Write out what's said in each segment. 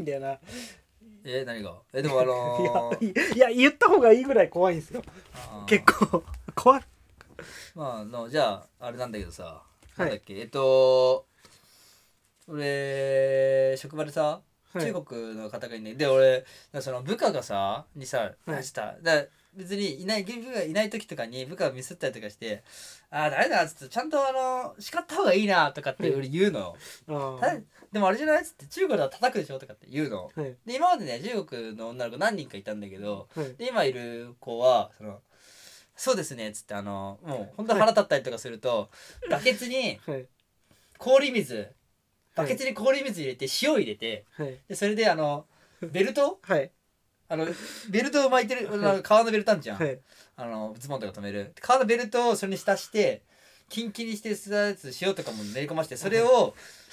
だよな。 何がでもいや言った方がいいぐらい怖いんですよ。結構怖い。 まあじゃああれなんだけどさ、 はい、 なんだっけ俺職場でさ、 はい、 中国の方がいないで、俺その部下がさにさ、 はいしただ別に部下がいない時とかに部下がミスったりとかして「ああ誰だ」っつって「ちゃんと叱った方がいいな」とかって俺言うのよ。でもあれじゃないっつって中国では叩くでしょとかって言うの。 はい、 で今までね中国の女の子何人かいたんだけど、 はい、 で今いる子はそうですねっつってもう本当腹立ったりとかすると、バケツにはい、 氷水バケツに氷水入れて塩入れて、 はい、 でそれでベルトはい、 ベルトを巻いてる、 はい革のベルトあんじゃん、 はい、 ズボンとか止める革のベルトをそれに浸してキンキンにしてしたやつ塩とかも練り込まして、それを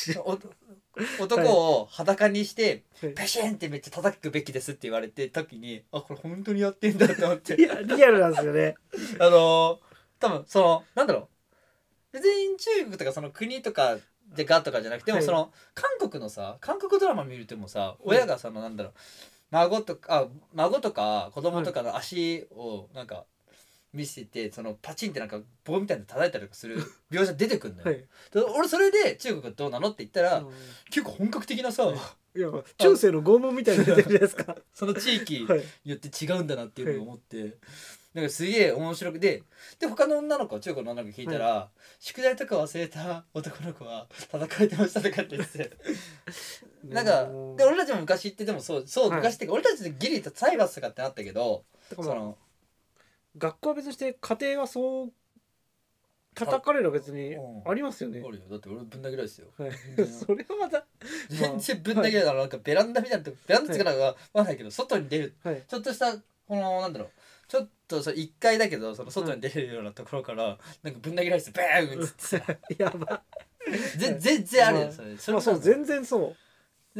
男を裸にしてペシンってめっちゃ叩くべきですって言われて時に、あこれ本当にやってんだと思って、 いやリアルなんですよね。 多分なんだろう、別に中国とかその国とかでガとかじゃなくても、 はい韓国のさ韓国ドラマ見るともさ、親がなんだろう、孫とか子供とかの足をなんか見せて、パチンってなんか棒みたいなの叩いたりとかする描写出てくるんだよ、 はい、 で俺それで中国どうなのって言ったら、結構本格的なさ、 いや中世の拷問みたいに出てるじゃないですか。 その地域にはい、 よって違うんだなっていうのを思って、なんかすげえ面白くで他の女の子中国の女の子聞いたら、宿題とか忘れた男の子は叩かれてましたとかって言ってなんかで俺たちも昔言ってでもそう昔ってか俺たちでギリ体罰とかってなったけど、 学校は別にして家庭はそう叩かれるは別にありますよね。 あるよ、だって俺ぶん投げられですよ、 はい、それはまた全然ぶん投げられたらなんかベランダみたいなとこ、ベランダつかなんかわかんないけど外に出る、 はい、 ちょっとしたなんだろう、ちょっと1階だけど外に出れるようなところからなんかぶん投げられてバーンっつってさやば全然あるよ、それまあそう全然そう。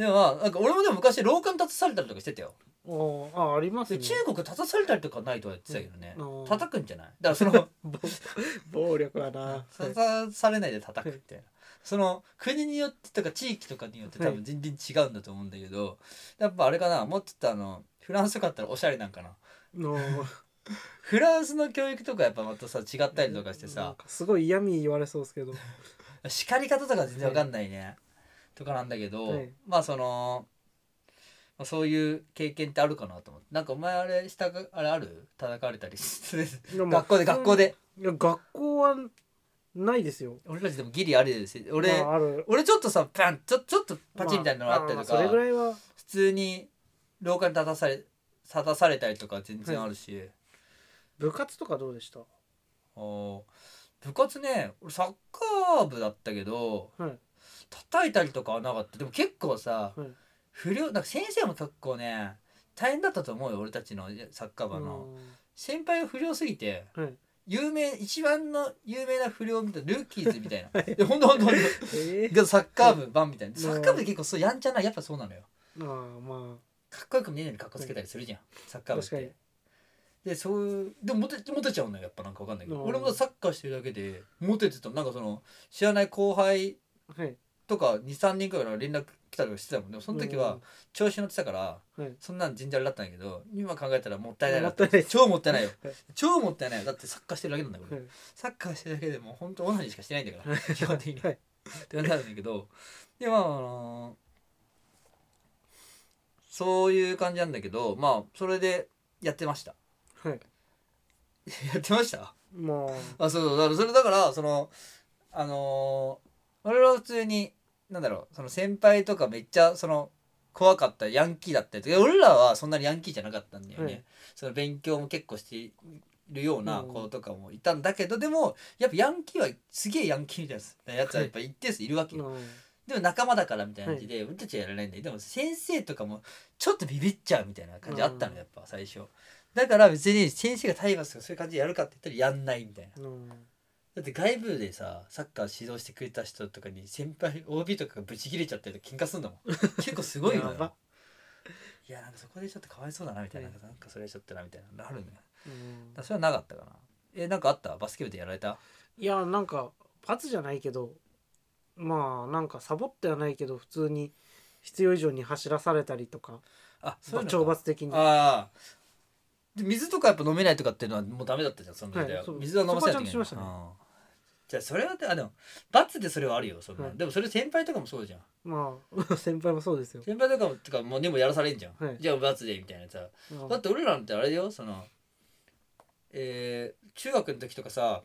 でもなんか俺もでも昔廊下に立たされたりとかしてたよ。 ありますね。 中国立たされたりとかないとは言ってたけどね、叩くんじゃない、だから暴力はな、 立たされないで叩くみたいな、国によってとか地域とかによって多分全然違うんだと思うんだけど、やっぱあれかな、もっと言ったフランスとかだったらおしゃれなんかなフランスの教育とかやっぱまたさ違ったりとかしてさ、 すごい嫌味言われそうですけど叱り方とか全然わかんないね、とかなんだけど、まあそういう経験ってあるかなと思って、なんかお前あれある叩かれたり学校でいや学校はないですよ。 俺たちでもギリあれですよ、俺ちょっとさパンちょっとパチンみたいなのがあったりとか、 それぐらいは普通に廊下に立たされたりとか全然あるし、 部活とかどうでした？ 部活ね、俺サッカー部だったけど、叩いたりとかはなかった。でも結構さ、不良なんか先生も結構ね大変だったと思うよ、俺たちのサッカー部の先輩が不良すぎて、一番の有名な不良みたいなルーキーズみたいなほんとサッカー部版みたいな、サッカー部で結構そうやんちゃな、やっぱそうなのよ。かっこよく見えるようにかっこつけたりするじゃん、サッカー部って。ででもモテちゃうのよ、やっぱなんかわかんないけど、俺もサッカーしてるだけでモテてた。なんか知らない後輩とか 2,3 人くらい連絡来たりとかしてたもん。でもその時は調子乗ってたから、そんなんジンジャルだったんだけど、今考えたらもったいないなって。超もったいないよ超もったいないよ。だってサッカーしてるだけなんだよ俺、サッカーしてるだけでもうほんとオナニーしかしてないんだから基本的にってなるんだけど、でまあそういう感じなんだけど、まあそれでやってました。やってました。そうそれだから俺は普通になんだろう、先輩とかめっちゃ怖かったヤンキーだったりとか、俺らはそんなにヤンキーじゃなかったんだよね、勉強も結構しているような子とかもいたんだけど、でもやっぱヤンキーはすげえヤンキーみたいなやつはやっぱ一定数いるわけよ、でも仲間だからみたいな感じで俺たちはやらないんだけど、でも先生とかもちょっとビビっちゃうみたいな感じあったのやっぱ最初。だから別に先生が体罰とかそういう感じでやるかって言ったらやんないみたいな、だって外部でさサッカー指導してくれた人とかに先輩 OB とかがブチ切れちゃったりとか喧嘩すんだもん結構すごいよねいやなんかそこでちょっとかわいそうだなみたいな、なんかそれちょっとなみたいなのあるね。それはなかったかな。なんかあった？バスケ部でやられた？ いやなんか罰じゃないけど、まあなんかサボってはないけど普通に必要以上に走らされたりとか、 そういうの懲罰的に。 で水とかやっぱ飲めないとかっていうのはもうダメだったじゃんその時代は、水は飲ませないといけない。じゃあそれはでも罰でそれはあるよそんな、でもそれ先輩とかもそうじゃん。 まあ先輩もそうですよ。 先輩とかもうでもやらされんじゃん、じゃあ罰でみたいなさ、だって俺らなんてあれだよその中学の時とかさ、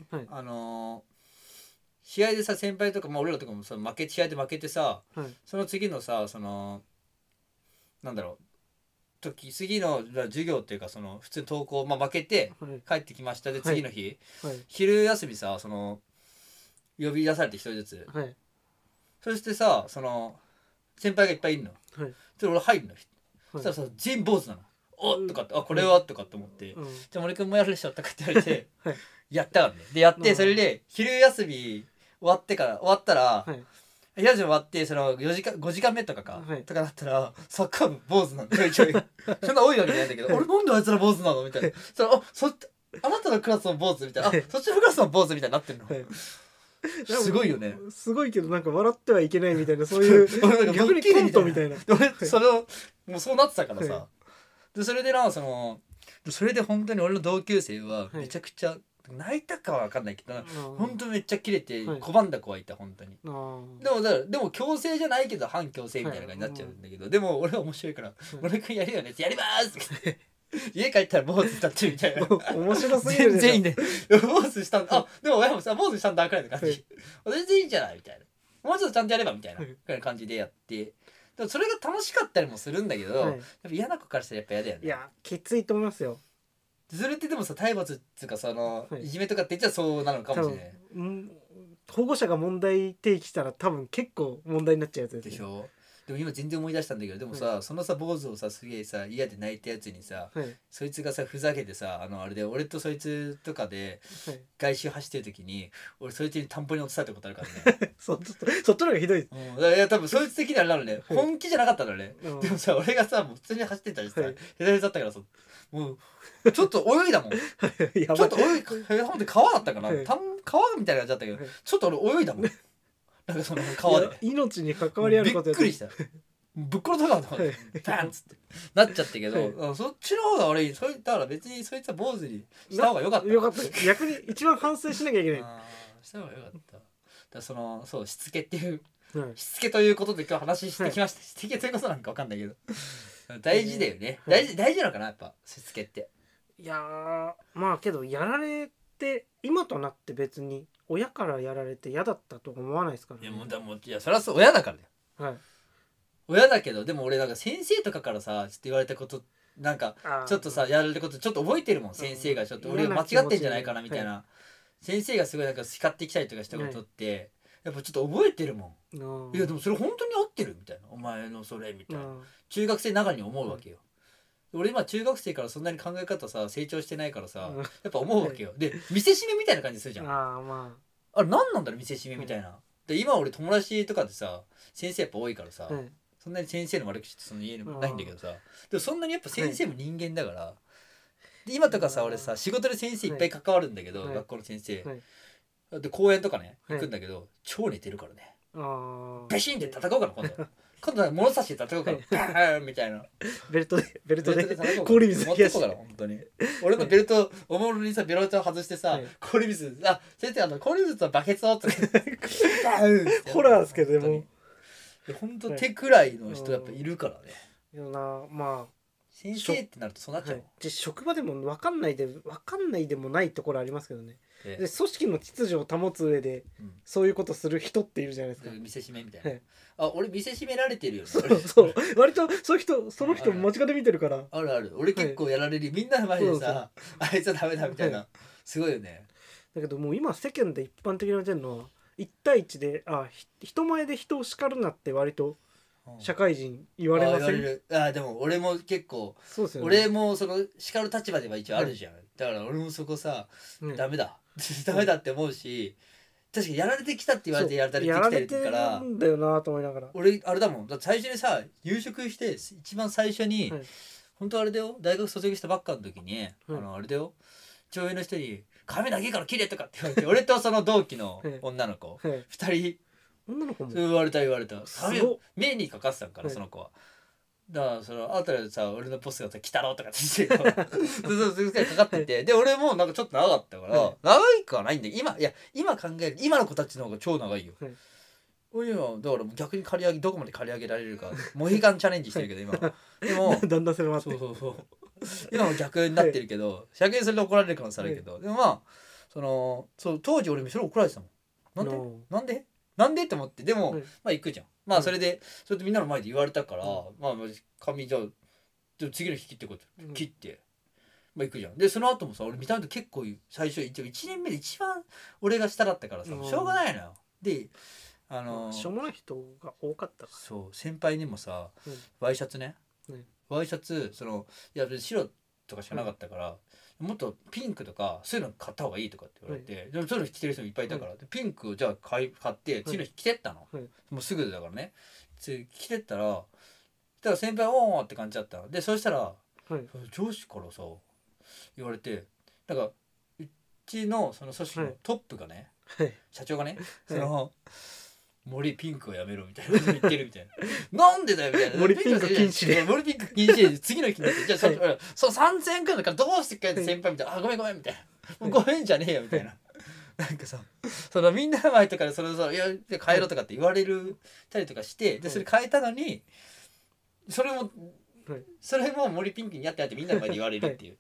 試合でさ先輩とか、俺らとかもさ試合で負けてさ、その次のさそのなんだろう次の授業っていうかその普通に登校、負けて帰ってきましたで次の日、昼休みさその呼び出されて一人ずつ、そしてさその先輩がいっぱいいるの、で俺入るの、そしたらさ全員坊主なの。おっとかってこれはとかって思って、じゃあ森君もやるでしょとかって言われてやったからね。でやってそれで昼休み終わったら昼休み終わってその5時間目とかとかだったらサッカー部坊主なんだよちょいそんな多いわけじゃないんだけど俺なんであいつら坊主なのみたいなあなたのクラスの坊主みたいなそっちのクラスの坊主みたいになってるの。すごいよね。 すごいけどなんか笑ってはいけないみたいなそういう逆にコントみたいな。 俺それをもうそうなってたからさ、でそれでそれで本当に俺の同級生はめちゃくちゃ泣いたかは分かんないけど、本当めっちゃキレて拒んだ子はいた本当に。でも強制じゃないけど反強制みたいな感じになっちゃうんだけど、でも俺は面白いから「俺くんやるよね」って「やります!」って家帰ったら坊主したってみたいな。 面白すぎる。 全員で坊主したんだ。でも親もさ坊主したんだくらいの感じ。全然いいんじゃないみたいな。もうちょっとちゃんとやればみたいな感じでやって。でもそれが楽しかったりもするんだけど、やっぱ嫌な子からしたらやっぱ嫌だよね。 いやきついと思いますよ。 それってでもさ体罰っていうかそのいじめとかって言っちゃそうなのかもしれない。 保護者が問題提起したら多分結構問題になっちゃうやつです。 でしょ。でも今全然思い出したんだけど、でもさ、そのさ坊主をさすげえさ嫌で泣いたやつにさ、そいつがさふざけてさあれで俺とそいつとかで外周走ってる時に俺そいつに田んぼに落とされたことあるからね。 そっちの方がひどい。 いや多分そいつ的にはあれなのね、本気じゃなかったのね。でもさ俺がさもう普通に走ってたりさ左だったからさもうちょっと泳いだもん。ちょっと泳いほんと川だったかな、川みたいな感じだったけどちょっと俺泳いだもん。なんかその川で命に関わりあることやってびっくりした。ぶっ殺そうかと思ってバンっつってなっちゃったけど、そっちの方が俺だから別にそいつは坊主にした方がよかった。 逆に一番反省しなきゃいけない。 した方がよかった。だそうしつけっていうしつけということで今日話してきました。しつけということなんか分かんないけど大事だよね。大事なのかなやっぱしつけって。 いやまあけどやられて今となって別に親からやられて嫌だったと思わないですからね。 いやそれはそう親だからね。 はい。 親だけどでも俺なんか先生とかからさちょっと言われたことなんかちょっとさやられたことちょっと覚えてるもん。先生がちょっと俺間違ってんじゃないかなみたいな、先生がすごいなんか叱ってきたりとかしたことってやっぱちょっと覚えてるもん。いやでもそれ本当に合ってるみたいなお前のそれみたいな中学生ながらに思うわけよ。俺今中学生からそんなに考え方さ成長してないからさやっぱ思うわけよ。で見せしめみたいな感じするじゃん。あれ何なんだろう見せしめみたいな。で今俺友達とかでさ先生やっぱ多いからさ、そんなに先生の悪口ってその言えないんだけどさ、でもそんなにやっぱ先生も人間だから、で今とかさ俺さ仕事で先生いっぱい関わるんだけど、学校の先生、で公園とかね行くんだけど、超寝てるからね。ベシンって叩こうかな今度は物差しで叩こうかなバーンみたいなベルトで氷水持ってこうかな本当に。俺のベルトおもむろにさベルトを外してさ氷水先生氷水とバケツをってホラーですけども本当手くらいの人やっぱいるからね。 いやなまあ先生ってなるとそうなっちゃう。 職場でも分かんないでもないところありますけどね。で組織の秩序を保つ上でそういうことする人っているじゃないですか。 見せしめみたいな。俺見せしめられてるよね。 そう割とその人間近で見てるから。 ある俺結構やられる。みんなの前でさあいつはダメだみたいなすごいよね。 だけどもう今世間で一般的に言われてるのは1対1で人前で人を叱るなって割と社会人言われません？ でも俺も結構そうですよね。 俺もその叱る立場では一応あるじゃん。だから俺もそこさダメだって思うし、確かにやられてきたって言われてやられてきたりからやられてるんだよなと思いながら。 俺あれだもん。だって最初にさ入職して一番最初に本当あれだよ、大学卒業したばっかの時にあれだよ、上映の人に髪長いから切れとかって言われて俺とその同期の女の子2人女の子もそう言われたすごっ目にかかってたんから、 はいその子は。だからその後でさ俺のボスがさ「来たろ」とかって言ってそうかかってて、で俺もなんかちょっと長かったから、 はい長いくはないんだけど今考える今の子たちの方が超長いよ。 はい俺はだから逆に借り上げどこまで借り上げられるかモヒカンチャレンジしてるけど今でもだんだんそれ待ってそう今も逆になってるけど100円それで怒られる可能性あるけど、でもまあそう当時俺それ怒られてたもん。なんでって思って、でも、 はいまあ行くじゃん。まあそれでみんなの前で言われたから、まあ髪じゃあでも次の日切ってこう切って、まあ行くじゃん。でその後もさ俺見た目と結構最初1年目で一番俺が下だったからさ、しょうがないのよ。でしょうもない人が多かったかそう先輩にもさ、ワイシャツね、ワイシャツいや白とかしかなかったから、もっとピンクとかそういうの買った方がいいとかって言われて、でもそういうの着てる人もいっぱいいたから、ピンクをじゃあ買って次の日着てったの、もうすぐだからね。着てったら先輩おーって感じだったので、そしたら、上司からさ言われて、なんかうちのその組織のトップがね、社長がね森ピンクをやめろみたいなこと言ってるみたいななんでだよみたいな森ピンク禁止で森ピンク禁止で次の日になってじゃあそう3000円くらいだからどうしてくれって先輩みたいな、あごめんみたいなごめんじゃねえよみたいななんかさみんなの前とかでいや変えろとかって言われるたりとかしてでそれ変えたのにそれも森ピンクにやってみんなの前で言われるっていう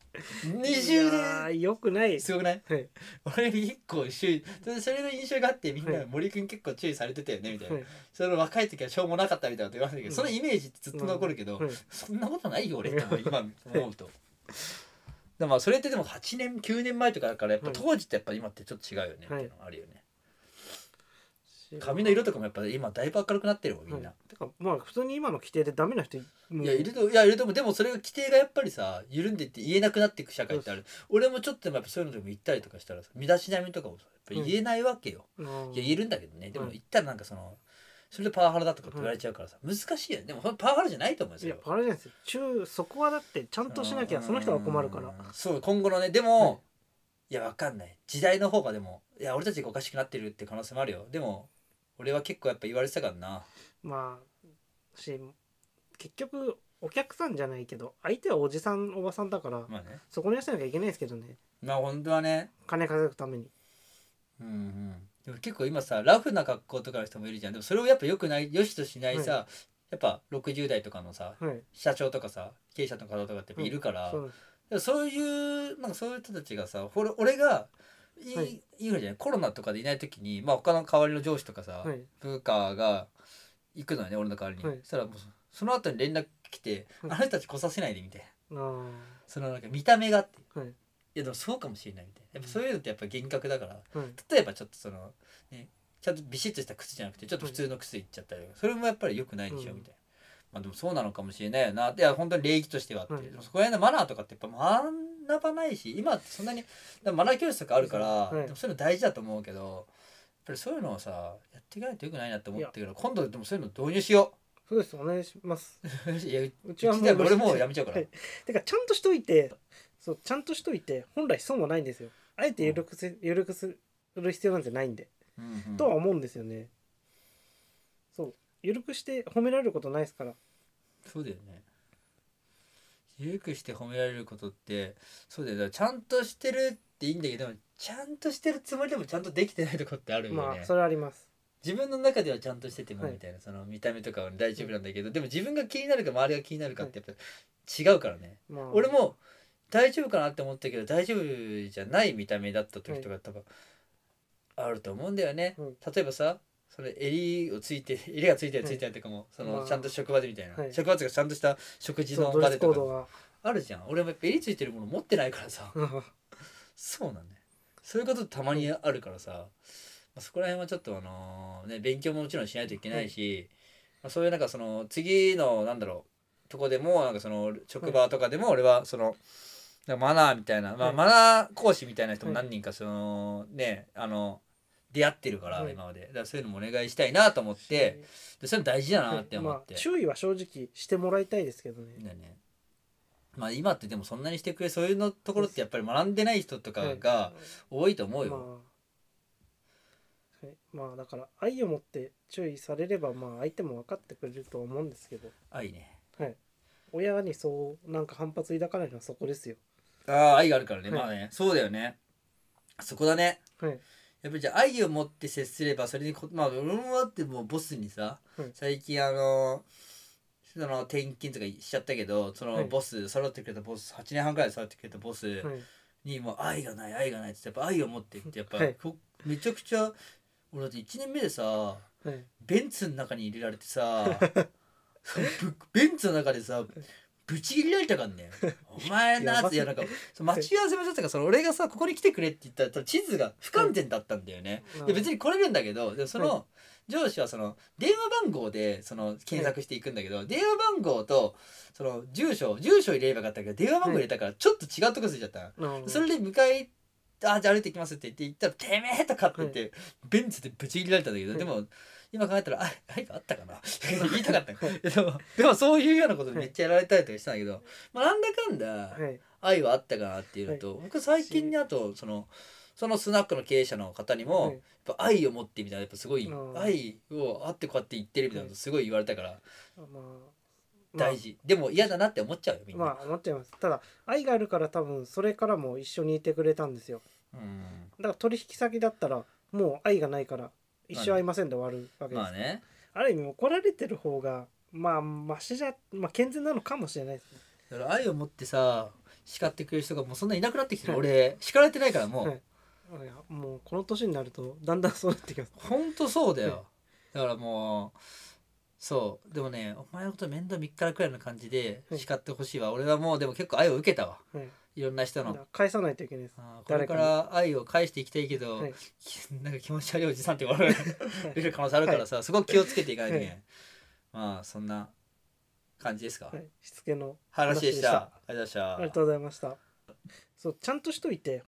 20 年よくないすごくない、俺結構それの印象があってみんな森君結構注意されてたよねみたいな、その若い時はしょうもなかったみたいなこと言われたけど、そのイメージってずっと残るけど、そんなことないよ俺って今思うと。でもそれってでも8年9年前とかだからやっぱ当時ってやっぱ今ってちょっと違うよねっていうのがあるよね。髪の色とかもやっぱ今だいぶ明るくなってるもんみんな、 てかまあ普通に今の規定でダメな人いるともでもそれが規定がやっぱりさ緩んでって言えなくなっていく社会ってある。俺もちょっとでもやっぱそういうのでも言ったりとかしたらさ身だしなみとかもさやっぱ言えないわけよ、いや言えるんだけどね、でも言ったらなんかそれでパワハラだとかって言われちゃうからさ難しいよね。でもパワハラじゃないと思うんですよ。 いやパワハラじゃないですよ。そこはだってちゃんとしなきゃその人が困るから。 そう今後のねでも、いやわかんない時代の方がでもいや俺たちがおかしくなってるって可能性もあるよ。でも俺は結構やっぱ言われてたからな。 まあ結局お客さんじゃないけど相手はおじさんおばさんだから、まあね、そこに寄せなきゃいけないですけどね。 まあ本当はね金稼ぐために。 でも結構今さラフな格好とかの人もいるじゃん。でもそれをやっぱ良くないよしとしないさ、やっぱ60代とかのさ、社長とかさ経営者の方とかっているから、そういうなんかそういう人たちがさ俺がいいのじゃないコロナとかでいない時に、まあ、他の代わりの上司とかさ、部下が行くのよね俺の代わりに、そしたらもうその後に連絡来て、あの人たち来させないでみたいな、なんか見た目がって、いやでもそうかもしれないみたいな、やっぱそういうのってやっぱ厳格だから、例えばちょっとねちゃんとビシッとした靴じゃなくてちょっと普通の靴いっちゃったりとか、それもやっぱり良くないでしょみたいな、まあでもそうなのかもしれないよな。いや本当に礼儀としてはって、でもそこら辺のマナーとかってやっぱ学ばないし、今ってそんなにマナー教室とかあるから、でもそういうの大事だと思うけど、やっぱりそういうのをさやっていかないとよくないなって思ってるから、今度でもそういうの導入しよう。そうですお願いします。 いやうちはもう俺もうやめちゃうから。 てかちゃんとしといてちゃんとしといて本来損はないんですよ。あえて緩くする必要なんてないんで、とは思うんですよね。そう緩くして褒められることないですから。 そうだよね。緩くして褒められることってそうだよ。ちゃんとしてるっていいんだけど、ちゃんとしてるつもりでもちゃんとできてないとこってあるよね。 まあそれはあります。 自分の中ではちゃんとしててもみたいな、その見た目とかは大丈夫なんだけど、でも自分が気になるか周りが気になるかってやっぱ違うからね、俺も大丈夫かなって思ったけど大丈夫じゃない見た目だった時とか多分あると思うんだよね、例えばさそれ襟がついてないとかもちゃんと職場でみたいな、職場とかちゃんとした食事の場でとかあるじゃん。俺もやっぱ襟ついてるもの持ってないからさそうなんだよ。そういうことたまにあるからさ、そこら辺はちょっと勉強ももちろんしないといけないし、そういうなんか次のなんだろうとこでもなんか職場とかでも俺はマナーみたいな、マナー講師みたいな人も何人かね出会ってるから今まで、だからそういうのもお願いしたいなと思って、でそういうの大事だなって思って、 注意は正直してもらいたいですけどね。 まあ今ってでもそんなにしてくれそういうのところってやっぱり学んでない人とかが多いと思うよ。 まあだから愛を持って注意されればまあ相手も分かってくれると思うんですけど、 愛ね。 はい、親にそうなんか反発抱かないのはそこですよ。 ああ、愛があるからね、 はいまあね、そうだよね。そこだね。 はいやっぱりじゃあ愛を持って接すればそれにまあ俺もだってもうボスにさ、 はい最近その転勤とかしちゃったけど、そのボス、育ててくれたボス、8年半くらいで育ててくれたボスはいにもう愛がない愛がないってやっぱ愛を持ってってやっぱ、 はいめちゃくちゃ俺だって1年目でさはいベンツの中に入れられてさベンツの中でさぶち切れられたからねお前なーって。いやなんか待ち合わせもしちゃったから、その俺がさここに来てくれって言ったら地図が不完全だったんだよね、で別に来れるんだけど、でもその上司はその電話番号でその検索していくんだけど、電話番号とその住所入れればよかったけど電話番号入れたからちょっと違うとこついちゃった、それで迎えじゃあ歩いてきますって言ったら「てめえ!」とかって言って、ベンツでぶち切れられたんだけど、でも今考えたら愛があったかな言いたかったでもそういうようなことめっちゃやられたりとかしたんだけど、まあなんだかんだ愛はあったかなっていうのと、僕最近にあとそのスナックの経営者の方にも、やっぱ愛を持ってみたいな、やっぱすごい愛をあってこうやって言ってるみたいなことすごい言われたから、大事、でも嫌だなって思っちゃうよみんな。 まあ思っちゃいます。ただ愛があるから多分それからも一緒にいてくれたんですよ。だから取引先だったらもう愛がないから一生会いませんで終わるわけです。 まあね、 ある意味怒られてる方がまあマシじゃ、まあ健全なのかもしれないですね。 だから愛を持ってさ叱ってくれる人がもうそんないなくなってきてる、俺叱られてないからもう、 いやもうこの年になるとだんだんそうなってきます。 ほんとそうだよ、だからもうそうでもね、お前のこと面倒見っからくらいの感じで叱ってほしいわ、俺はもうでも結構愛を受けたわ、いろんな人の返さないといけないです。 これから愛を返していきたいけど、なんか気持ち悪いおじさんって言われる可能性あるからさ、すごく気をつけていかないといけない、まあそんな感じですか、 しつけの話でした。ありがとうございました。 ありがとうございました。そうちゃんとしといて